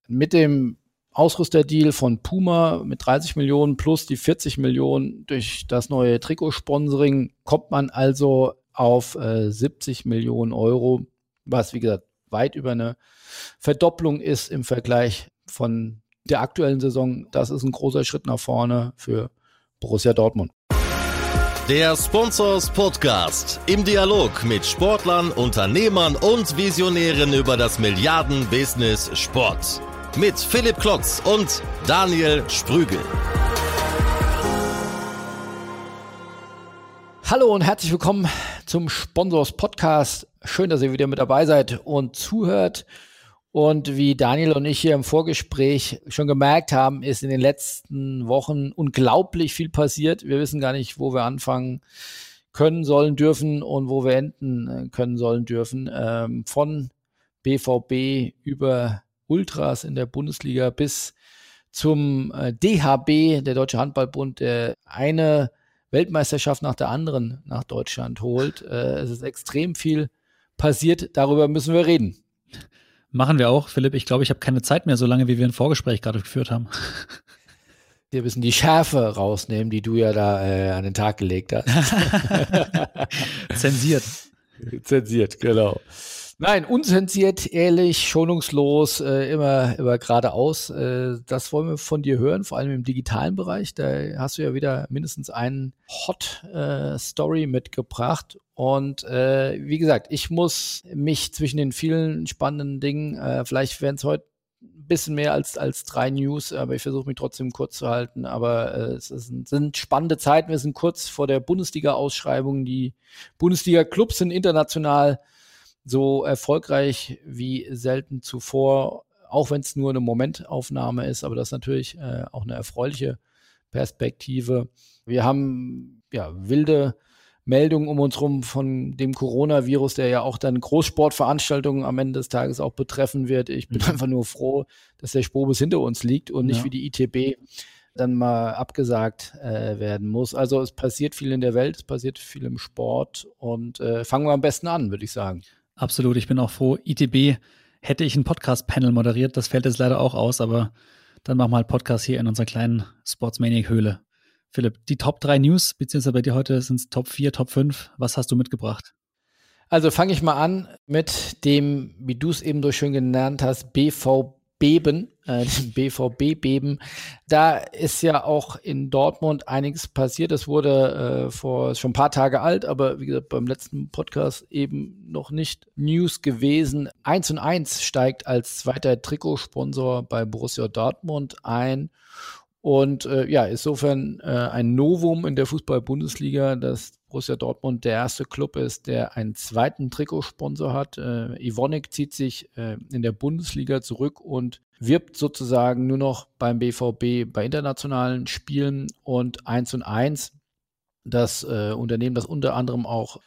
mit dem Ausrüsterdeal von Puma mit 30 Millionen plus die 40 Millionen durch das neue Trikotsponsoring kommt man also auf 70 Millionen Euro, was wie gesagt weit über eine Verdopplung ist im Vergleich von der aktuellen Saison. Das ist ein großer Schritt nach vorne für Borussia Dortmund. Der Sponsors Podcast im Dialog mit Sportlern, Unternehmern und Visionären über das Milliarden-Business Sport. Mit Philipp Klotz und Daniel Sprügel. Hallo und herzlich willkommen zum Sponsors Podcast. Schön, dass ihr wieder mit dabei seid und zuhört. Und wie Daniel und ich hier im Vorgespräch schon gemerkt haben, ist in den letzten Wochen unglaublich viel passiert. Wir wissen gar nicht, wo wir anfangen können, sollen, dürfen und wo wir enden können, sollen, dürfen. Von BVB über Ultras in der Bundesliga bis zum DHB, der Deutsche Handballbund, der eine Weltmeisterschaft nach der anderen nach Deutschland holt. Es ist extrem viel passiert, darüber müssen wir reden. Machen wir auch, Philipp. Ich glaube, ich habe keine Zeit mehr, so lange wie wir ein Vorgespräch gerade geführt haben. Wir müssen die Schärfe rausnehmen, die du ja da an den Tag gelegt hast. Zensiert. Zensiert, genau. Nein, unzensiert, ehrlich, schonungslos, immer geradeaus. Das wollen wir von dir hören, vor allem im digitalen Bereich. Da hast du ja wieder mindestens einen Hot-Story mitgebracht. Und wie gesagt, ich muss mich zwischen den vielen spannenden Dingen, vielleicht werden es heute ein bisschen mehr als 3 News, aber ich versuche mich trotzdem kurz zu halten. Aber es sind spannende Zeiten. Wir sind kurz vor der Bundesliga-Ausschreibung. Die Bundesliga-Clubs sind international so erfolgreich wie selten zuvor, auch wenn es nur eine Momentaufnahme ist, aber das ist natürlich auch eine erfreuliche Perspektive. Wir haben ja wilde Meldungen um uns rum von dem Coronavirus, der ja auch dann Großsportveranstaltungen am Ende des Tages auch betreffen wird. Ich bin einfach nur froh, dass der Spobis hinter uns liegt und nicht wie die ITB dann mal abgesagt werden muss. Also es passiert viel in der Welt, es passiert viel im Sport und fangen wir am besten an, würde ich sagen. Absolut, ich bin auch froh. ITB hätte ich ein Podcast-Panel moderiert, das fällt jetzt leider auch aus, aber dann machen wir halt Podcast hier in unserer kleinen Sportsmaniac-Höhle. Philipp, die Top 3 News, beziehungsweise bei dir heute sind es Top 4, Top 5. Was hast du mitgebracht? Also fange ich mal an mit dem, wie du es eben so schön genannt hast, BVB-Beben. Da ist ja auch in Dortmund einiges passiert. Es wurde schon ein paar Tage alt, aber wie gesagt, beim letzten Podcast eben noch nicht News gewesen. 1&1 steigt als zweiter Trikotsponsor bei Borussia Dortmund ein. Und insofern ein Novum in der Fußball-Bundesliga, dass Borussia Dortmund der erste Club ist, der einen zweiten Trikotsponsor hat. Evonik zieht sich in der Bundesliga zurück und wirbt sozusagen nur noch beim BVB bei internationalen Spielen. Und 1&1, das Unternehmen, das unter anderem auch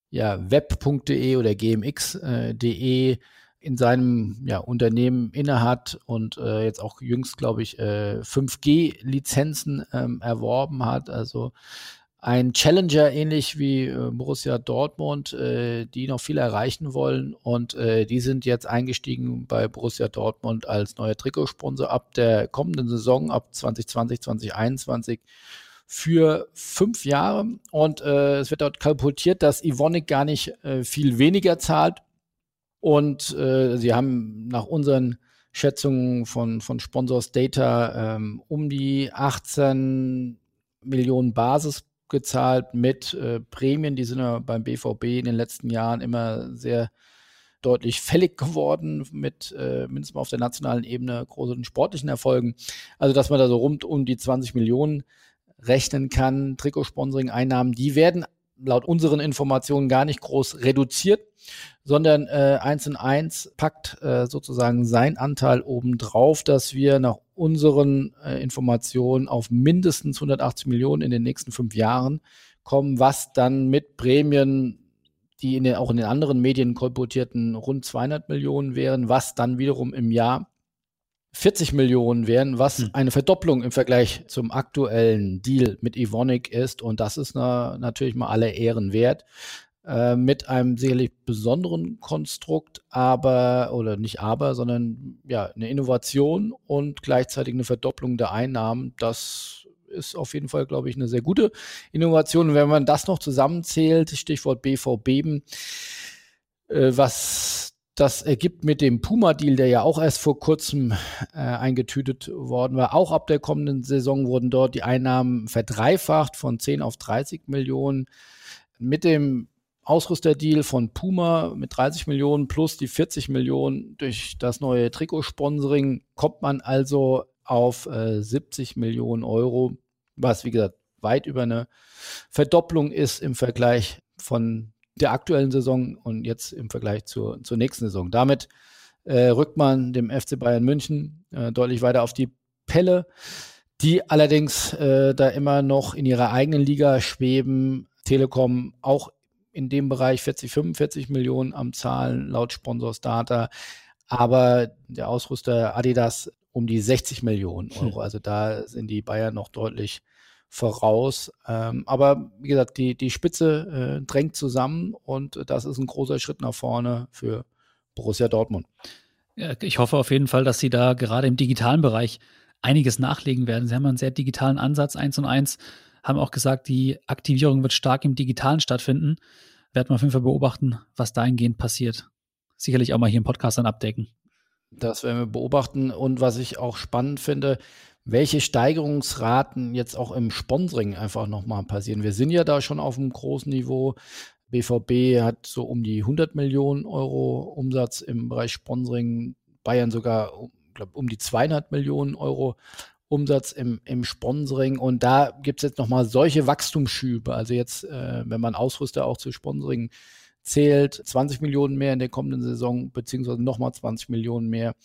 web.de oder gmx.de in seinem Unternehmen innehat und jetzt auch jüngst, glaube ich, 5G-Lizenzen erworben hat. Also ein Challenger, ähnlich wie Borussia Dortmund, die noch viel erreichen wollen. Und die sind jetzt eingestiegen bei Borussia Dortmund als neuer Trikotsponsor ab der kommenden Saison, ab 2020, 2021 für 5 Jahre. Und es wird dort kalkuliert, dass Evonik gar nicht viel weniger zahlt. Und sie haben nach unseren Schätzungen von Sponsors Data um die 18 Millionen Basis gezahlt mit Prämien. Die sind ja beim BVB in den letzten Jahren immer sehr deutlich fällig geworden mit mindestens mal auf der nationalen Ebene großen sportlichen Erfolgen. Also dass man da so rund um die 20 Millionen rechnen kann. Trikotsponsoring-Einnahmen, die werden laut unseren Informationen gar nicht groß reduziert, sondern 1&1 packt sozusagen seinen Anteil obendrauf, dass wir nach unseren Informationen auf mindestens 180 Millionen in den nächsten 5 Jahren kommen, was dann mit Prämien, die auch in den anderen Medien kolportierten, rund 200 Millionen wären, was dann wiederum im Jahr 40 Millionen wären, was eine Verdopplung im Vergleich zum aktuellen Deal mit Evonik ist. Und das ist natürlich mal aller Ehren wert. mit einem sicherlich besonderen Konstrukt, sondern ja, eine Innovation und gleichzeitig eine Verdopplung der Einnahmen. Das ist auf jeden Fall, glaube ich, eine sehr gute Innovation. Und wenn man das noch zusammenzählt, Stichwort BVB, was das ergibt mit dem Puma-Deal, der ja auch erst vor kurzem eingetütet worden war. Auch ab der kommenden Saison wurden dort die Einnahmen verdreifacht von 10 auf 30 Millionen. Mit dem Ausrüsterdeal von Puma mit 30 Millionen plus die 40 Millionen durch das neue Trikotsponsoring kommt man also auf 70 Millionen Euro, was wie gesagt weit über eine Verdopplung ist im Vergleich von der aktuellen Saison und jetzt im Vergleich zur nächsten Saison. Damit rückt man dem FC Bayern München deutlich weiter auf die Pelle, die allerdings da immer noch in ihrer eigenen Liga schweben. Telekom auch in dem Bereich 40, 45 Millionen am Zahlen laut Sponsors Data, aber der Ausrüster Adidas um die 60 Millionen Euro. Also da sind die Bayern noch deutlich voraus. Aber wie gesagt, die Spitze drängt zusammen und das ist ein großer Schritt nach vorne für Borussia Dortmund. Ja, ich hoffe auf jeden Fall, dass sie da gerade im digitalen Bereich einiges nachlegen werden. Sie haben einen sehr digitalen Ansatz, 1&1, haben auch gesagt, die Aktivierung wird stark im Digitalen stattfinden. Werden wir auf jeden Fall beobachten, was dahingehend passiert. Sicherlich auch mal hier im Podcast dann abdecken. Das werden wir beobachten. Und was ich auch spannend finde, welche Steigerungsraten jetzt auch im Sponsoring einfach nochmal passieren. Wir sind ja da schon auf einem großen Niveau. BVB hat so um die 100 Millionen Euro Umsatz im Bereich Sponsoring. Bayern sogar, glaube um die 200 Millionen Euro Umsatz im Sponsoring. Und da gibt es jetzt nochmal solche Wachstumsschübe. Also jetzt, wenn man Ausrüster auch zu Sponsoring zählt, 20 Millionen mehr in der kommenden Saison, beziehungsweise nochmal 20 Millionen mehr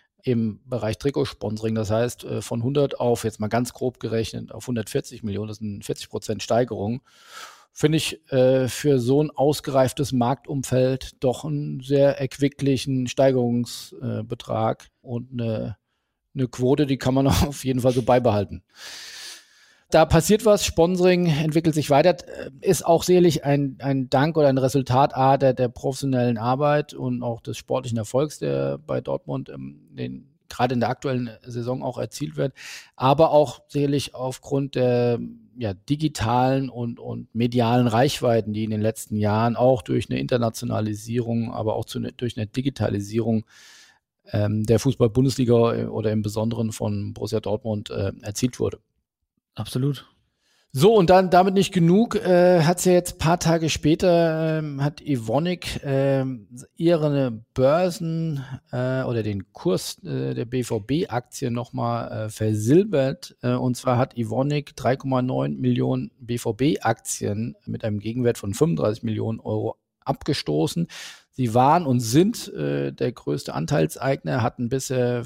im Bereich Trikotsponsoring. Das heißt, von 100 auf, jetzt mal ganz grob gerechnet, auf 140 Millionen, das sind 40% Steigerung. Finde ich für so ein ausgereiftes Marktumfeld doch einen sehr erquicklichen Steigerungsbetrag und eine Quote, die kann man auf jeden Fall so beibehalten. Da passiert was, Sponsoring entwickelt sich weiter, ist auch sicherlich ein Dank oder ein Resultat der professionellen Arbeit und auch des sportlichen Erfolgs, der bei Dortmund gerade in der aktuellen Saison auch erzielt wird, aber auch sicherlich aufgrund der digitalen und medialen Reichweiten, die in den letzten Jahren auch durch eine Internationalisierung, aber auch durch eine Digitalisierung der Fußball-Bundesliga oder im Besonderen von Borussia Dortmund erzielt wurde. Absolut. So, und dann damit nicht genug, hat sie jetzt ein paar Tage später, hat Evonik ihre Börsen oder den Kurs der BVB-Aktien nochmal versilbert. Und zwar hat Evonik 3,9 Millionen BVB-Aktien mit einem Gegenwert von 35 Millionen Euro abgestoßen. Sie waren und sind der größte Anteilseigner, hatten bisher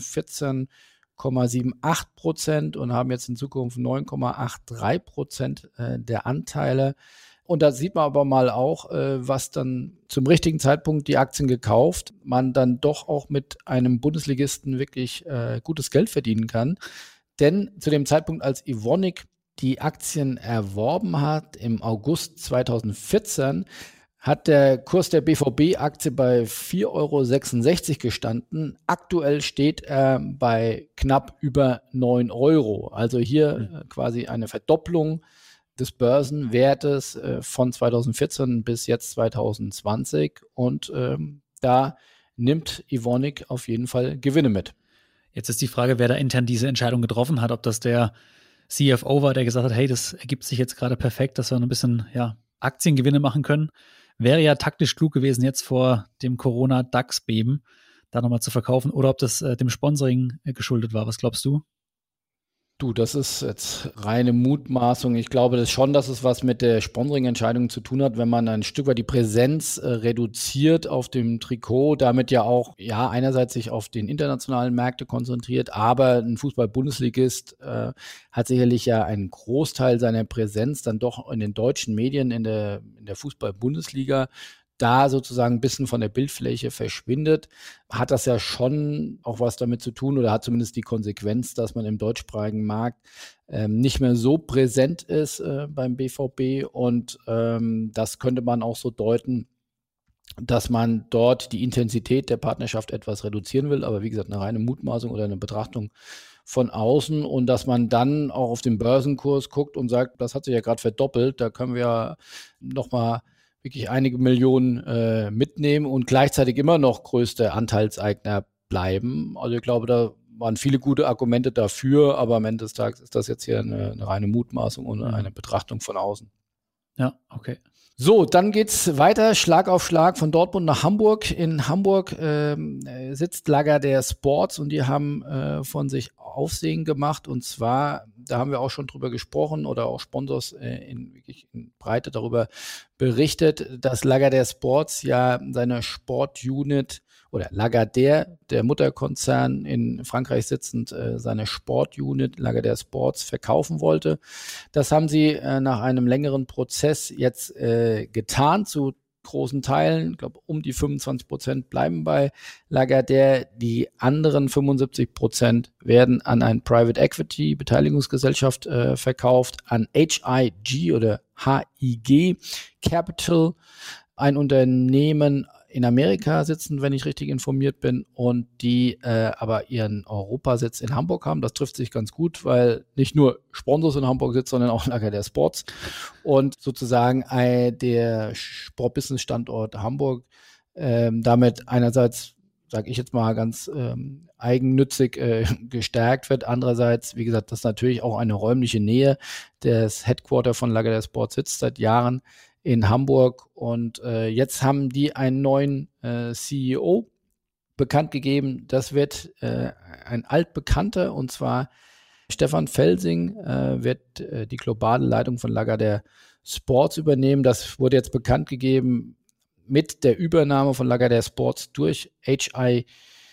14,78% und haben jetzt in Zukunft 9,83% der Anteile. Und da sieht man aber mal auch, was dann zum richtigen Zeitpunkt die Aktien gekauft, man dann doch auch mit einem Bundesligisten wirklich gutes Geld verdienen kann. Denn zu dem Zeitpunkt, als Evonik die Aktien erworben hat, im August 2014, hat der Kurs der BVB-Aktie bei 4,66 € gestanden. Aktuell steht er bei knapp über 9 €. Also hier quasi eine Verdopplung des Börsenwertes von 2014 bis jetzt 2020. Und da nimmt Evonik auf jeden Fall Gewinne mit. Jetzt ist die Frage, wer da intern diese Entscheidung getroffen hat. Ob das der CFO war, der gesagt hat, hey, das ergibt sich jetzt gerade perfekt, dass wir ein bisschen Aktiengewinne machen können. Wäre ja taktisch klug gewesen, jetzt vor dem Corona-DAX-Beben da nochmal zu verkaufen, oder ob das dem Sponsoring geschuldet war. Was glaubst du? Du, das ist jetzt reine Mutmaßung. Ich glaube das schon, dass es was mit der Sponsoring-Entscheidung zu tun hat, wenn man ein Stück weit die Präsenz reduziert auf dem Trikot, damit ja auch einerseits sich auf den internationalen Märkte konzentriert, aber ein Fußball-Bundesligist hat sicherlich ja einen Großteil seiner Präsenz dann doch in den deutschen Medien, in der Fußball-Bundesliga. da sozusagen ein bisschen von der Bildfläche verschwindet, hat das ja schon auch was damit zu tun oder hat zumindest die Konsequenz, dass man im deutschsprachigen Markt nicht mehr so präsent ist beim BVB und das könnte man auch so deuten, dass man dort die Intensität der Partnerschaft etwas reduzieren will, aber wie gesagt, eine reine Mutmaßung oder eine Betrachtung von außen und dass man dann auch auf den Börsenkurs guckt und sagt, das hat sich ja gerade verdoppelt, da können wir ja nochmal wirklich einige Millionen mitnehmen und gleichzeitig immer noch größte Anteilseigner bleiben. Also ich glaube, da waren viele gute Argumente dafür, aber am Ende des Tages ist das jetzt hier eine reine Mutmaßung und eine Betrachtung von außen. Ja, okay. So, dann geht's weiter, Schlag auf Schlag von Dortmund nach Hamburg. In Hamburg sitzt Lagardère Sports und die haben von sich Aufsehen gemacht. Und zwar, da haben wir auch schon drüber gesprochen oder auch Sponsors wirklich in Breite darüber berichtet, dass Lagardère Sports ja seine Sportunit oder Lagardère, der Mutterkonzern in Frankreich sitzend, seine Sportunit Lagardère Sports verkaufen wollte. Das haben sie nach einem längeren Prozess jetzt getan, zu großen Teilen. Ich glaube, um die 25% bleiben bei Lagardère. Die anderen 75% werden an ein Private Equity Beteiligungsgesellschaft verkauft, an HIG oder HIG Capital, ein Unternehmen in Amerika sitzen, wenn ich richtig informiert bin, und die aber ihren Europasitz in Hamburg haben. Das trifft sich ganz gut, weil nicht nur Sponsors in Hamburg sitzen, sondern auch Lagardère Sports und sozusagen der Sportbusiness-Standort Hamburg damit einerseits, sage ich jetzt mal, ganz eigennützig gestärkt wird. Andererseits, wie gesagt, das ist natürlich auch eine räumliche Nähe. Das Headquarter von Lagardère Sports sitzt seit Jahren in Hamburg und jetzt haben die einen neuen CEO bekannt gegeben. Das wird ein altbekannter, und zwar Stefan Felsing wird die globale Leitung von Lagardère Sports übernehmen. Das wurde jetzt bekannt gegeben mit der Übernahme von Lagardère Sports durch HIG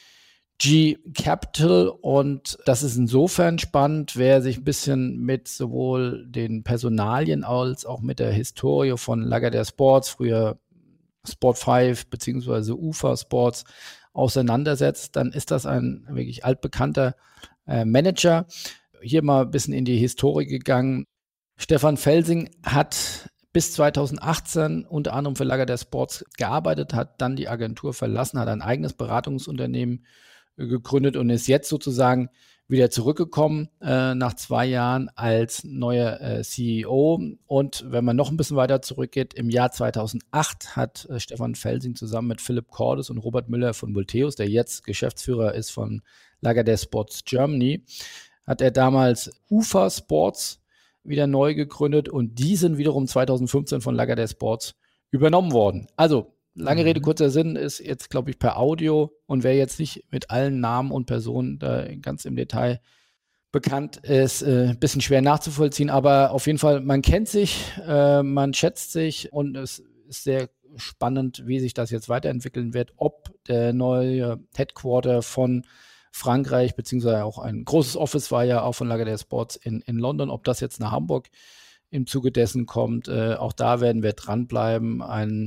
Capital, und das ist insofern spannend, wer sich ein bisschen mit sowohl den Personalien als auch mit der Historie von Lagardère Sports, früher Sport 5 bzw. UFA Sports auseinandersetzt, dann ist das ein wirklich altbekannter Manager. Hier mal ein bisschen in die Historie gegangen. Stefan Felsing hat bis 2018 unter anderem für Lagardère Sports gearbeitet, hat dann die Agentur verlassen, hat ein eigenes Beratungsunternehmen gegründet und ist jetzt sozusagen wieder zurückgekommen nach 2 Jahren als neuer CEO. Und wenn man noch ein bisschen weiter zurückgeht, im Jahr 2008 hat Stefan Felsing zusammen mit Philipp Cordes und Robert Müller von Vulteus, der jetzt Geschäftsführer ist von Lagardère Sports Germany, hat er damals UFA Sports wieder neu gegründet und die sind wiederum 2015 von Lagardère Sports übernommen worden. Also lange Rede, kurzer Sinn ist jetzt, glaube ich, per Audio, und wer jetzt nicht mit allen Namen und Personen da ganz im Detail bekannt ist, ein bisschen schwer nachzuvollziehen, aber auf jeden Fall, man kennt sich, man schätzt sich und es ist sehr spannend, wie sich das jetzt weiterentwickeln wird, ob der neue Headquarter von Frankreich, beziehungsweise auch ein großes Office war ja auch von Lagardère Sports in London, ob das jetzt nach Hamburg im Zuge dessen kommt. Auch da werden wir dranbleiben.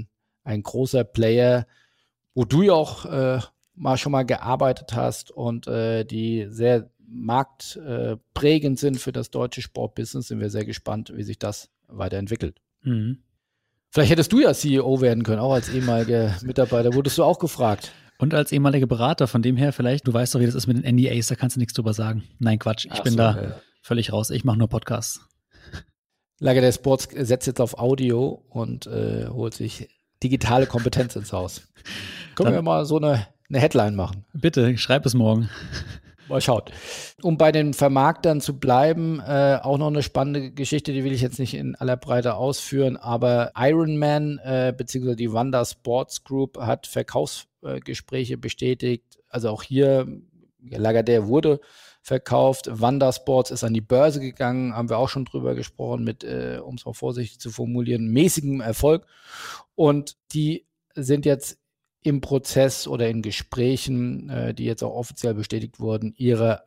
Ein großer Player, wo du ja auch schon mal gearbeitet hast und die sehr marktprägend sind für das deutsche Sportbusiness, sind wir sehr gespannt, wie sich das weiterentwickelt. Mhm. Vielleicht hättest du ja CEO werden können, auch als ehemaliger Mitarbeiter. Wurdest du auch gefragt? Und als ehemaliger Berater, von dem her vielleicht, du weißt doch, wie das ist mit den NDAs, da kannst du nichts drüber sagen. Nein, Quatsch, ich bin da völlig raus. Ich mache nur Podcasts. Lagardère Sports setzt jetzt auf Audio und holt sich digitale Kompetenz ins Haus. Können wir mal so eine Headline machen? Bitte, schreib es morgen. Mal schauen. Um bei den Vermarktern zu bleiben, auch noch eine spannende Geschichte, die will ich jetzt nicht in aller Breite ausführen, aber Ironman bzw. die Wanda Sports Group hat Verkaufsgespräche bestätigt. Also auch hier, Lagardère wurde verkauft. Wanda Sports ist an die Börse gegangen, haben wir auch schon drüber gesprochen, mit, um es mal vorsichtig zu formulieren, mäßigem Erfolg. Und die sind jetzt im Prozess oder in Gesprächen, die jetzt auch offiziell bestätigt wurden, ihre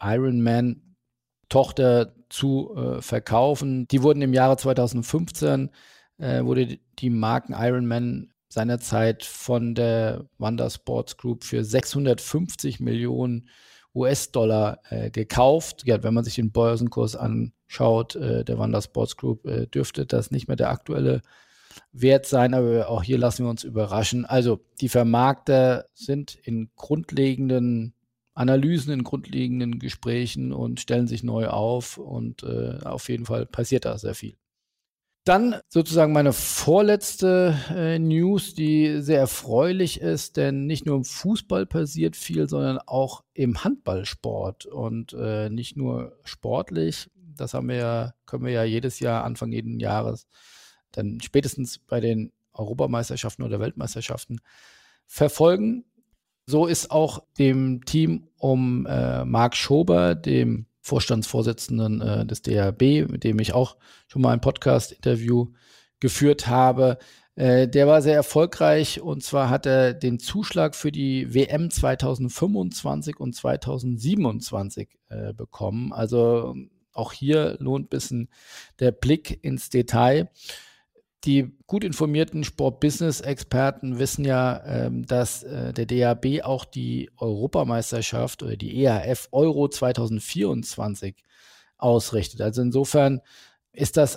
Ironman-Tochter zu verkaufen. Die wurden im Jahre 2015, wurde die Marken Ironman seinerzeit von der Wanda Sports Group für 650 Millionen US-Dollar gekauft. Ja, wenn man sich den Börsenkurs anschaut, der Wanda Sports Group, dürfte das nicht mehr der aktuelle Wert sein, aber auch hier lassen wir uns überraschen. Also die Vermarkter sind in grundlegenden Analysen, in grundlegenden Gesprächen und stellen sich neu auf und auf jeden Fall passiert da sehr viel. Dann sozusagen meine vorletzte News, die sehr erfreulich ist, denn nicht nur im Fußball passiert viel, sondern auch im Handballsport und nicht nur sportlich. Das können wir ja jedes Jahr, Anfang jeden Jahres, dann spätestens bei den Europameisterschaften oder Weltmeisterschaften verfolgen. So ist auch dem Team um Marc Schober, dem Vorstandsvorsitzenden des DHB, mit dem ich auch schon mal ein Podcast-Interview geführt habe. Der war sehr erfolgreich und zwar hat er den Zuschlag für die WM 2025 und 2027 bekommen. Also auch hier lohnt ein bisschen der Blick ins Detail. Die gut informierten Sport-Business-Experten wissen ja, dass der DHB auch die Europameisterschaft oder die EHF Euro 2024 ausrichtet. Also insofern ist das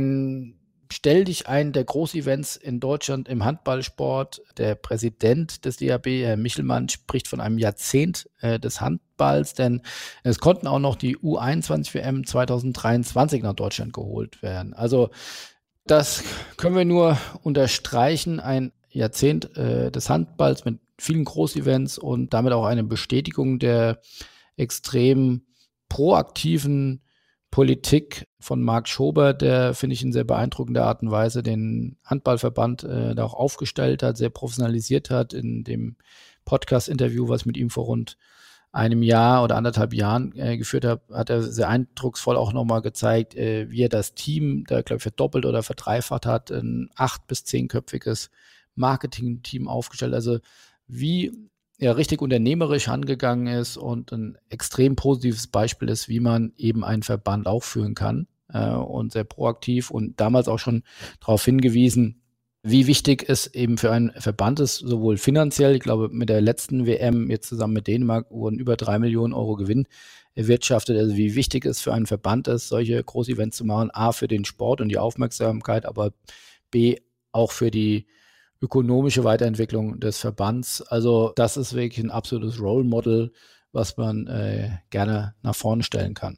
stell dich ein der Großevents in Deutschland im Handballsport. Der Präsident des DHB, Herr Michelmann, spricht von einem Jahrzehnt des Handballs, denn es konnten auch noch die U21-WM 2023 nach Deutschland geholt werden. Also das können wir nur unterstreichen, ein Jahrzehnt des Handballs mit vielen Großevents und damit auch eine Bestätigung der extrem proaktiven Politik von Marc Schober, der, finde ich, in sehr beeindruckender Art und Weise den Handballverband da auch aufgestellt hat, sehr professionalisiert hat. In dem Podcast-Interview, was ich mit ihm vor rund einem Jahr oder 1,5 Jahren geführt habe, hat er sehr eindrucksvoll auch nochmal gezeigt, wie er das Team da, glaube ich, verdoppelt oder verdreifacht hat, ein 8- bis 10-köpfiges Marketing-Team aufgestellt. Also wie er richtig unternehmerisch angegangen ist und ein extrem positives Beispiel ist, wie man eben einen Verband auch führen kann und sehr proaktiv und damals auch schon darauf hingewiesen, wie wichtig es eben für einen Verband ist, sowohl finanziell, ich glaube, mit der letzten WM jetzt zusammen mit Dänemark wurden über 3 Millionen Euro Gewinn erwirtschaftet, also wie wichtig es für einen Verband ist, solche Großevents zu machen, A, für den Sport und die Aufmerksamkeit, aber B, auch für die ökonomische Weiterentwicklung des Verbands. Also das ist wirklich ein absolutes Role Model, was man gerne nach vorne stellen kann.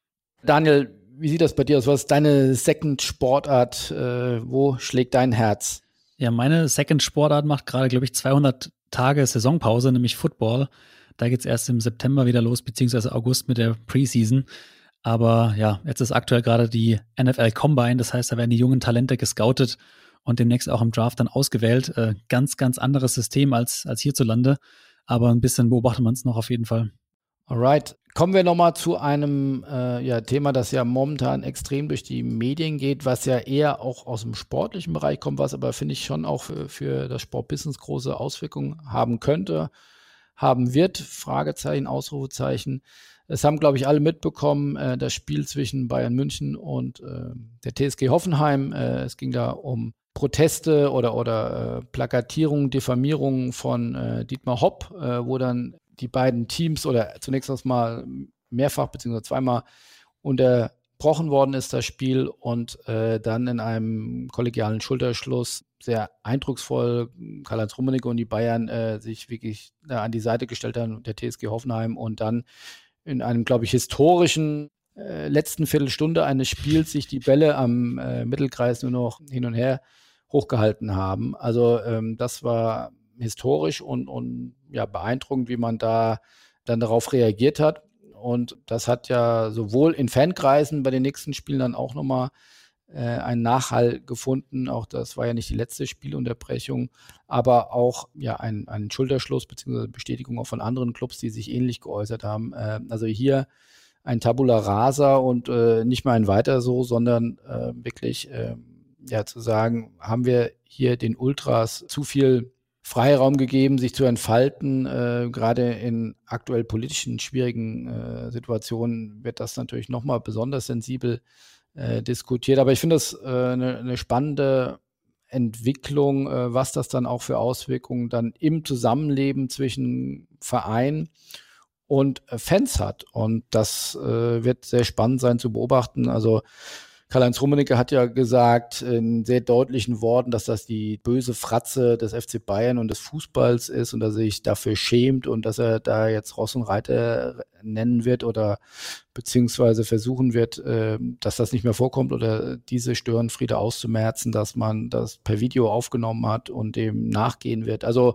Daniel, wie sieht das bei dir aus? Was ist deine Second-Sportart? Wo schlägt dein Herz? Ja, meine Second-Sportart macht gerade, glaube ich, 200 Tage Saisonpause, nämlich Football. Da geht es erst im September wieder los, beziehungsweise August mit der Preseason. Aber ja, jetzt ist aktuell gerade die NFL Combine. Das heißt, da werden die jungen Talente gescoutet und demnächst auch im Draft dann ausgewählt. Ganz, ganz anderes System als hierzulande. Aber ein bisschen beobachtet man es noch auf jeden Fall. Alright. Kommen wir nochmal zu einem Thema, das ja momentan extrem durch die Medien geht, was ja eher auch aus dem sportlichen Bereich kommt, was aber, finde ich, schon auch für das Sportbusiness große Auswirkungen haben könnte, haben wird, Fragezeichen, Ausrufezeichen. Es haben, glaube ich, alle mitbekommen, das Spiel zwischen Bayern München und der TSG Hoffenheim. Es ging da um Proteste oder Plakatierung, Diffamierung von Dietmar Hopp, wo dann die beiden Teams oder zunächst erstmal mehrfach bzw. zweimal unterbrochen worden ist, das Spiel, und dann in einem kollegialen Schulterschluss sehr eindrucksvoll Karl-Heinz Rummenigge und die Bayern sich wirklich an die Seite gestellt haben, der TSG Hoffenheim, und dann in einem, glaube ich, historischen letzten Viertelstunde eines Spiels sich die Bälle am Mittelkreis nur noch hin und her hochgehalten haben. Also das war historisch und ja, beeindruckend, wie man da dann darauf reagiert hat. Und das hat ja sowohl in Fankreisen bei den nächsten Spielen dann auch nochmal einen Nachhall gefunden. Auch das war ja nicht die letzte Spielunterbrechung, aber auch ja ein Schulterschluss bzw. Bestätigung auch von anderen Clubs, die sich ähnlich geäußert haben. Also hier ein Tabula Rasa und nicht mal ein weiter so, sondern wirklich zu sagen, haben wir hier den Ultras zu viel Freiraum gegeben, sich zu entfalten. Gerade in aktuell politischen schwierigen Situationen wird das natürlich nochmal besonders sensibel diskutiert. Aber ich finde das eine spannende Entwicklung, was das dann auch für Auswirkungen dann im Zusammenleben zwischen Verein und Fans hat. Und das wird sehr spannend sein zu beobachten. Also Karl-Heinz Rummenigge hat ja gesagt in sehr deutlichen Worten, dass das die böse Fratze des FC Bayern und des Fußballs ist und dass er sich dafür schämt und dass er da jetzt Ross und Reiter nennen wird oder beziehungsweise versuchen wird, dass das nicht mehr vorkommt oder diese Störenfriede auszumerzen, dass man das per Video aufgenommen hat und dem nachgehen wird. Also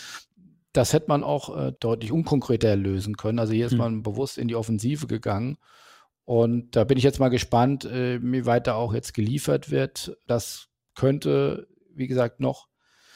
das hätte man auch deutlich unkonkreter lösen können. Also hier ist man bewusst in die Offensive gegangen. Und da bin ich jetzt mal gespannt, wie weit da auch jetzt geliefert wird. Das könnte, wie gesagt, noch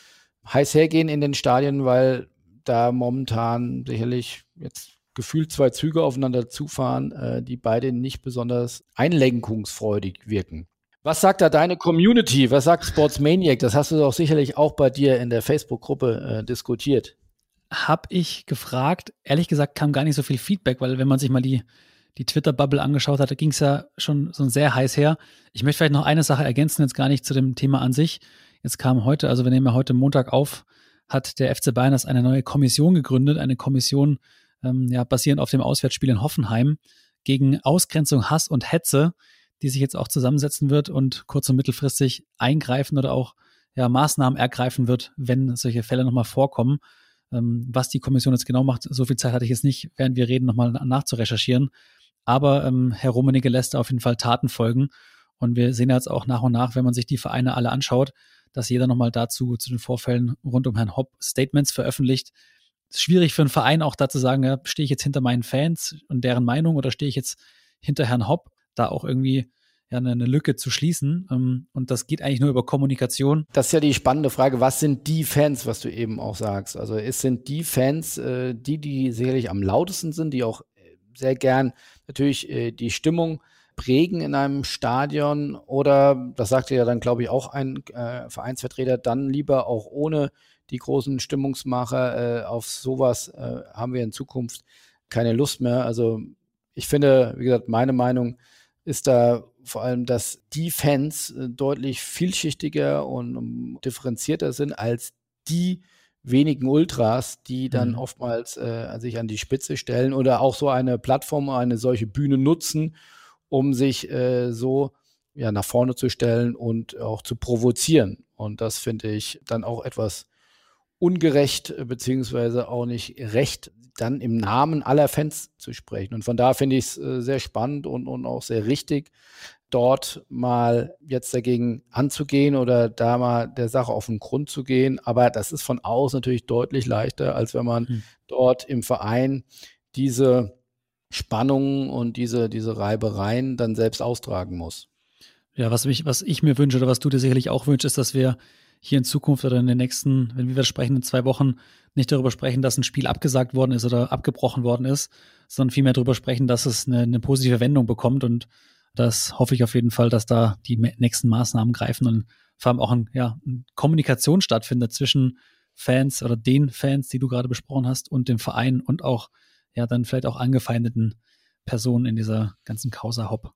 heiß hergehen in den Stadien, weil da momentan sicherlich jetzt gefühlt 2 Züge aufeinander zufahren, die beide nicht besonders einlenkungsfreudig wirken. Was sagt da deine Community? Was sagt Sportsmaniac? Das hast du doch sicherlich auch bei dir in der Facebook-Gruppe diskutiert. Hab ich gefragt. Ehrlich gesagt kam gar nicht so viel Feedback, weil wenn man sich mal die Twitter-Bubble angeschaut hat, da ging es ja schon so sehr heiß her. Ich möchte vielleicht noch eine Sache ergänzen, jetzt gar nicht zu dem Thema an sich. Jetzt kam heute, also wir nehmen ja heute Montag auf, hat der FC Bayern eine neue Kommission gegründet, eine Kommission basierend auf dem Auswärtsspiel in Hoffenheim gegen Ausgrenzung, Hass und Hetze, die sich jetzt auch zusammensetzen wird und kurz- und mittelfristig eingreifen oder auch Maßnahmen ergreifen wird, wenn solche Fälle nochmal vorkommen. Was die Kommission jetzt genau macht, so viel Zeit hatte ich jetzt nicht, während wir reden, nochmal nachzurecherchieren. Aber Herr Rummenigge lässt da auf jeden Fall Taten folgen. Und wir sehen jetzt auch nach und nach, wenn man sich die Vereine alle anschaut, dass jeder nochmal dazu zu den Vorfällen rund um Herrn Hopp Statements veröffentlicht. Es ist schwierig für einen Verein auch da zu sagen, stehe ich jetzt hinter meinen Fans und deren Meinung oder stehe ich jetzt hinter Herrn Hopp, da auch irgendwie eine Lücke zu schließen. Und das geht eigentlich nur über Kommunikation. Das ist ja die spannende Frage, was sind die Fans, was du eben auch sagst? Also es sind die Fans, die sicherlich am lautesten sind, die auch sehr gern natürlich die Stimmung prägen in einem Stadion oder, das sagte ja dann, glaube ich, auch ein Vereinsvertreter, dann lieber auch ohne die großen Stimmungsmacher. Auf sowas haben wir in Zukunft keine Lust mehr. Also ich finde, wie gesagt, meine Meinung ist da vor allem, dass die Fans deutlich vielschichtiger und differenzierter sind als die wenigen Ultras, die dann oftmals sich an die Spitze stellen oder auch so eine Plattform, eine solche Bühne nutzen, um sich so nach vorne zu stellen und auch zu provozieren. Und das finde ich dann auch etwas ungerecht beziehungsweise auch nicht recht, dann im Namen aller Fans zu sprechen. Und von daher finde ich es sehr spannend und auch sehr richtig, dort mal jetzt dagegen anzugehen oder da mal der Sache auf den Grund zu gehen. Aber das ist von außen natürlich deutlich leichter, als wenn man dort im Verein diese Spannungen und diese Reibereien dann selbst austragen muss. Ja, was ich mir wünsche oder was du dir sicherlich auch wünschst, ist, dass wir hier in Zukunft oder in den nächsten, wenn wir sprechen, in 2 Wochen nicht darüber sprechen, dass ein Spiel abgesagt worden ist oder abgebrochen worden ist, sondern vielmehr darüber sprechen, dass es eine positive Wendung bekommt. Und das hoffe ich auf jeden Fall, dass da die nächsten Maßnahmen greifen und vor allem auch eine Kommunikation stattfindet zwischen Fans oder den Fans, die du gerade besprochen hast, und dem Verein und auch dann vielleicht auch angefeindeten Personen in dieser ganzen Causa Hopp.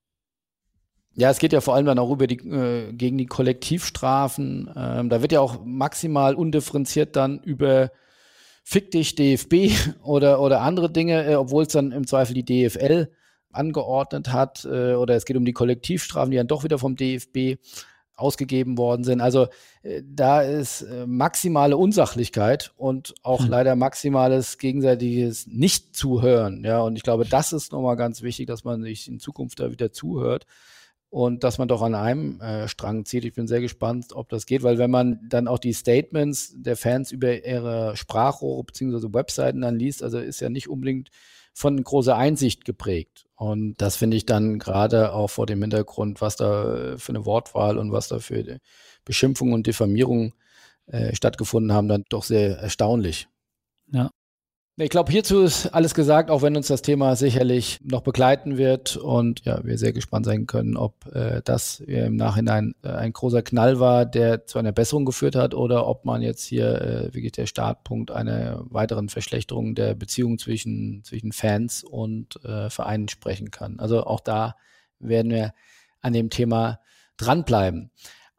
Ja, es geht ja vor allem dann auch über gegen die Kollektivstrafen. Da wird ja auch maximal undifferenziert dann über Fick dich DFB oder andere Dinge, obwohl es dann im Zweifel die DFL angeordnet hat, oder es geht um die Kollektivstrafen, die dann doch wieder vom DFB ausgegeben worden sind. Also da ist maximale Unsachlichkeit und auch leider maximales gegenseitiges Nicht-Zuhören. Ja, und ich glaube, das ist nochmal ganz wichtig, dass man sich in Zukunft da wieder zuhört und dass man doch an einem Strang zieht. Ich bin sehr gespannt, ob das geht, weil wenn man dann auch die Statements der Fans über ihre Sprachrohre bzw. Webseiten dann liest, also ist ja nicht unbedingt von großer Einsicht geprägt. Und das finde ich dann gerade auch vor dem Hintergrund, was da für eine Wortwahl und was da für Beschimpfungen und Diffamierungen stattgefunden haben, dann doch sehr erstaunlich. Ja. Ich glaube, hierzu ist alles gesagt, auch wenn uns das Thema sicherlich noch begleiten wird und wir sehr gespannt sein können, ob das im Nachhinein ein großer Knall war, der zu einer Besserung geführt hat oder ob man jetzt hier wirklich der Startpunkt einer weiteren Verschlechterung der Beziehung zwischen Fans und Vereinen sprechen kann. Also auch da werden wir an dem Thema dranbleiben.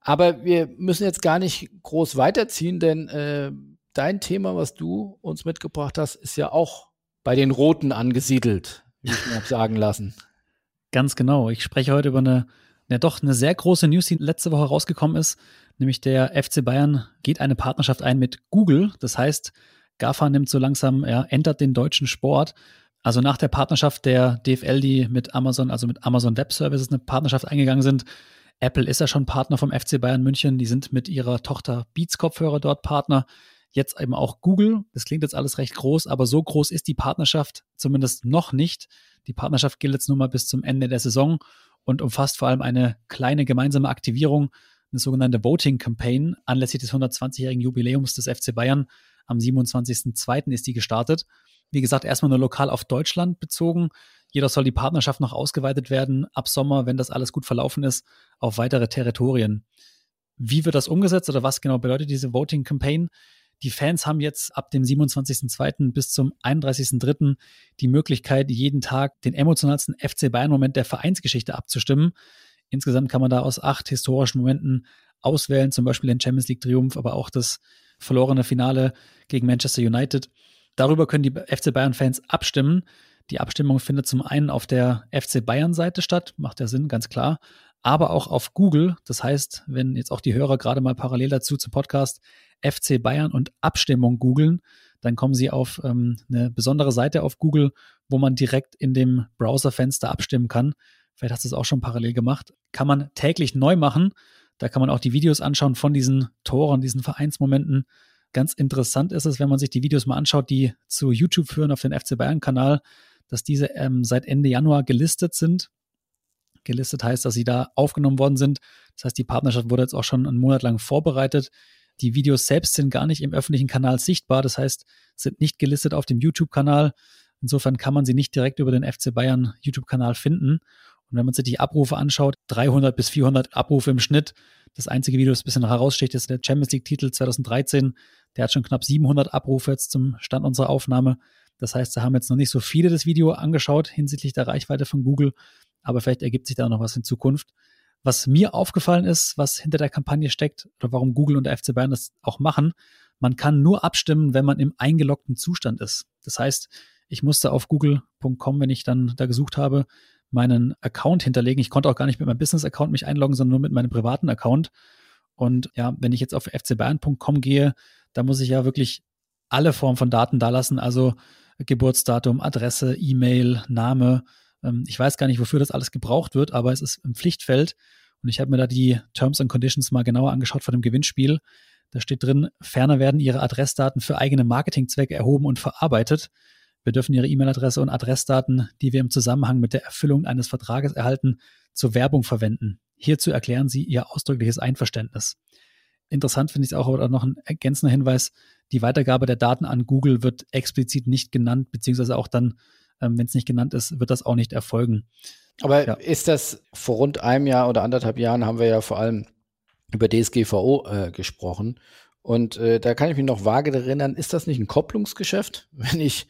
Aber wir müssen jetzt gar nicht groß weiterziehen, denn dein Thema, was du uns mitgebracht hast, ist ja auch bei den Roten angesiedelt, wie ich mir habe sagen lassen. Ganz genau. Ich spreche heute über eine sehr große News, die letzte Woche rausgekommen ist, nämlich der FC Bayern geht eine Partnerschaft ein mit Google. Das heißt, GAFA nimmt so langsam, ändert den deutschen Sport. Also nach der Partnerschaft der DFL, die mit Amazon, also mit Amazon Web Services eine Partnerschaft eingegangen sind. Apple ist ja schon Partner vom FC Bayern München. Die sind mit ihrer Tochter Beats Kopfhörer dort Partner. Jetzt eben auch Google. Das klingt jetzt alles recht groß, aber so groß ist die Partnerschaft zumindest noch nicht. Die Partnerschaft gilt jetzt nur mal bis zum Ende der Saison und umfasst vor allem eine kleine gemeinsame Aktivierung, eine sogenannte Voting Campaign. Anlässlich des 120-jährigen Jubiläums des FC Bayern am 27.02. ist die gestartet. Wie gesagt, erstmal nur lokal auf Deutschland bezogen. Jedoch soll die Partnerschaft noch ausgeweitet werden ab Sommer, wenn das alles gut verlaufen ist, auf weitere Territorien. Wie wird das umgesetzt oder was genau bedeutet diese Voting Campaign? Die Fans haben jetzt ab dem 27.02. bis zum 31.03. die Möglichkeit, jeden Tag den emotionalsten FC Bayern-Moment der Vereinsgeschichte abzustimmen. Insgesamt kann man da aus 8 historischen Momenten auswählen, zum Beispiel den Champions-League-Triumph, aber auch das verlorene Finale gegen Manchester United. Darüber können die FC Bayern-Fans abstimmen. Die Abstimmung findet zum einen auf der FC Bayern-Seite statt, macht ja Sinn, ganz klar, aber auch auf Google. Das heißt, wenn jetzt auch die Hörer gerade mal parallel dazu zum Podcast FC Bayern und Abstimmung googeln, dann kommen sie auf eine besondere Seite auf Google, wo man direkt in dem Browserfenster abstimmen kann. Vielleicht hast du es auch schon parallel gemacht. Kann man täglich neu machen. Da kann man auch die Videos anschauen von diesen Toren, diesen Vereinsmomenten. Ganz interessant ist es, wenn man sich die Videos mal anschaut, die zu YouTube führen auf den FC Bayern-Kanal, dass diese seit Ende Januar gelistet sind. Gelistet heißt, dass sie da aufgenommen worden sind. Das heißt, die Partnerschaft wurde jetzt auch schon einen Monat lang vorbereitet. Die Videos selbst sind gar nicht im öffentlichen Kanal sichtbar. Das heißt, sind nicht gelistet auf dem YouTube-Kanal. Insofern kann man sie nicht direkt über den FC Bayern YouTube-Kanal finden. Und wenn man sich die Abrufe anschaut, 300 bis 400 Abrufe im Schnitt. Das einzige Video, das ein bisschen heraussticht, ist der Champions League-Titel 2013. Der hat schon knapp 700 Abrufe jetzt zum Stand unserer Aufnahme. Das heißt, da haben jetzt noch nicht so viele das Video angeschaut hinsichtlich der Reichweite von Google. Aber vielleicht ergibt sich da noch was in Zukunft. Was mir aufgefallen ist, was hinter der Kampagne steckt oder warum Google und der FC Bayern das auch machen, man kann nur abstimmen, wenn man im eingeloggten Zustand ist. Das heißt, ich musste auf google.com, wenn ich dann da gesucht habe, meinen Account hinterlegen. Ich konnte auch gar nicht mit meinem Business-Account mich einloggen, sondern nur mit meinem privaten Account. Und ja, wenn ich jetzt auf fcbayern.com gehe, da muss ich ja wirklich alle Formen von Daten da lassen, also Geburtsdatum, Adresse, E-Mail, Name. Ich weiß gar nicht, wofür das alles gebraucht wird, aber es ist im Pflichtfeld. Und ich habe mir da die Terms and Conditions mal genauer angeschaut vor dem Gewinnspiel. Da steht drin, ferner werden Ihre Adressdaten für eigene Marketingzwecke erhoben und verarbeitet. Wir dürfen Ihre E-Mail-Adresse und Adressdaten, die wir im Zusammenhang mit der Erfüllung eines Vertrages erhalten, zur Werbung verwenden. Hierzu erklären Sie Ihr ausdrückliches Einverständnis. Interessant finde ich es auch, oder noch ein ergänzender Hinweis, die Weitergabe der Daten an Google wird explizit nicht genannt, beziehungsweise auch dann, wenn es nicht genannt ist, wird das auch nicht erfolgen. Aber ja. Ist das vor rund einem Jahr oder 1,5 Jahren haben wir ja vor allem über DSGVO gesprochen. Und da kann ich mich noch vage erinnern, ist das nicht ein Kopplungsgeschäft, wenn ich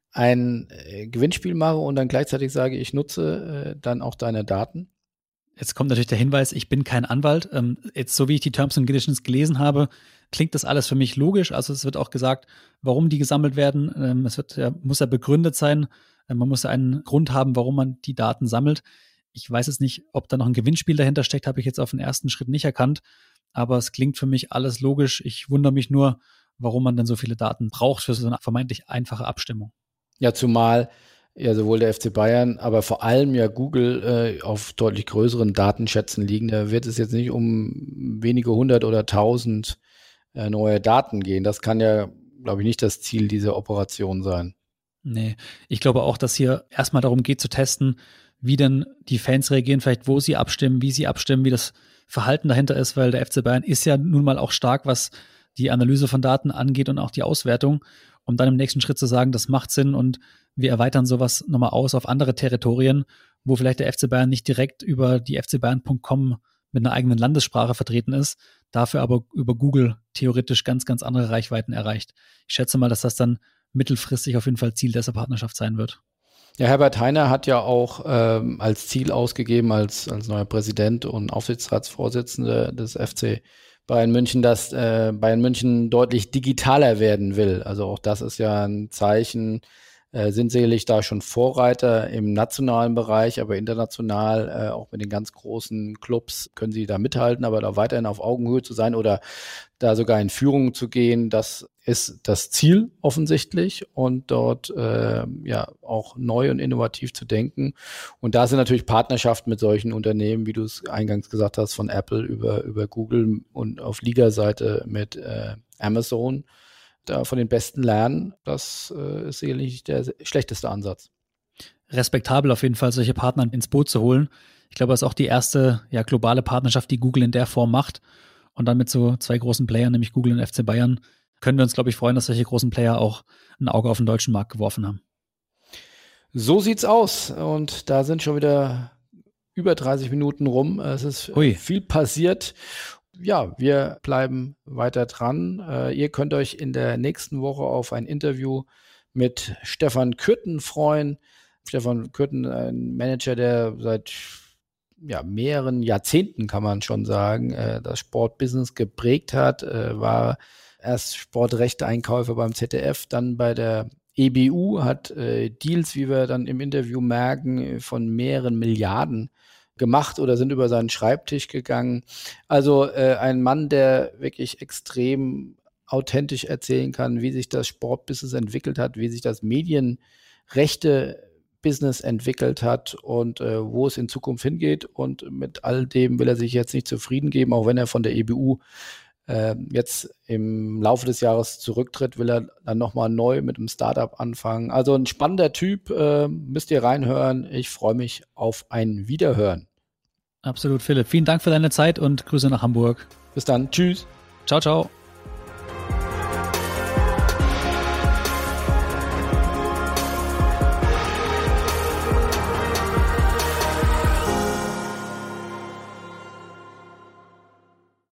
ein Gewinnspiel mache und dann gleichzeitig sage, ich nutze dann auch deine Daten? Jetzt kommt natürlich der Hinweis, ich bin kein Anwalt. Jetzt, so wie ich die Terms and Conditions gelesen habe, klingt das alles für mich logisch. Also es wird auch gesagt, warum die gesammelt werden. Es muss ja begründet sein. Man muss ja einen Grund haben, warum man die Daten sammelt. Ich weiß jetzt nicht, ob da noch ein Gewinnspiel dahinter steckt, habe ich jetzt auf den ersten Schritt nicht erkannt. Aber es klingt für mich alles logisch. Ich wundere mich nur, warum man denn so viele Daten braucht für so eine vermeintlich einfache Abstimmung. Ja, zumal ja sowohl der FC Bayern, aber vor allem ja Google auf deutlich größeren Datenschätzen liegen. Da wird es jetzt nicht um wenige 100 oder 1000 neue Daten gehen. Das kann ja, glaube ich, nicht das Ziel dieser Operation sein. Nee, ich glaube auch, dass hier erstmal darum geht zu testen, wie denn die Fans reagieren, vielleicht wo sie abstimmen, wie das Verhalten dahinter ist, weil der FC Bayern ist ja nun mal auch stark, was die Analyse von Daten angeht und auch die Auswertung, um dann im nächsten Schritt zu sagen, das macht Sinn und wir erweitern sowas nochmal aus auf andere Territorien, wo vielleicht der FC Bayern nicht direkt über die fcbayern.com mit einer eigenen Landessprache vertreten ist, dafür aber über Google theoretisch ganz, ganz andere Reichweiten erreicht. Ich schätze mal, dass das dann mittelfristig auf jeden Fall Ziel dieser Partnerschaft sein wird. Ja, Herbert Hainer hat ja auch als Ziel ausgegeben, als neuer Präsident und Aufsichtsratsvorsitzender des FC Bayern München, dass Bayern München deutlich digitaler werden will. Also auch das ist ja ein Zeichen, sind sicherlich da schon Vorreiter im nationalen Bereich, aber international, auch mit den ganz großen Clubs können sie da mithalten, aber da weiterhin auf Augenhöhe zu sein oder da sogar in Führung zu gehen, das ist das Ziel offensichtlich und dort ja auch neu und innovativ zu denken. Und da sind natürlich Partnerschaften mit solchen Unternehmen, wie du es eingangs gesagt hast, von Apple über Google und auf Liga-Seite mit Amazon, da von den Besten lernen. Das ist sicherlich nicht der schlechteste Ansatz. Respektabel auf jeden Fall, solche Partner ins Boot zu holen. Ich glaube, das ist auch die erste globale Partnerschaft, die Google in der Form macht. Und dann mit so zwei großen Playern, nämlich Google und FC Bayern, können wir uns, glaube ich, freuen, dass solche großen Player auch ein Auge auf den deutschen Markt geworfen haben. So sieht's aus. Und da sind schon wieder über 30 Minuten rum. Es ist viel passiert. Ja, wir bleiben weiter dran. Ihr könnt euch in der nächsten Woche auf ein Interview mit Stefan Kürten freuen. Stefan Kürten, ein Manager, der seit mehreren Jahrzehnten, kann man schon sagen, das Sportbusiness geprägt hat, war erst Sportrechte-Einkäufer beim ZDF, dann bei der EBU, hat Deals, wie wir dann im Interview merken, von mehreren Milliarden gemacht oder sind über seinen Schreibtisch gegangen. Also ein Mann, der wirklich extrem authentisch erzählen kann, wie sich das Sportbusiness entwickelt hat, wie sich das Medienrechte-Business entwickelt hat und wo es in Zukunft hingeht. Und mit all dem will er sich jetzt nicht zufrieden geben, auch wenn er von der EBU jetzt im Laufe des Jahres zurücktritt, will er dann nochmal neu mit einem Startup anfangen. Also ein spannender Typ, müsst ihr reinhören. Ich freue mich auf ein Wiederhören. Absolut, Philipp. Vielen Dank für deine Zeit und Grüße nach Hamburg. Bis dann. Tschüss. Ciao, ciao.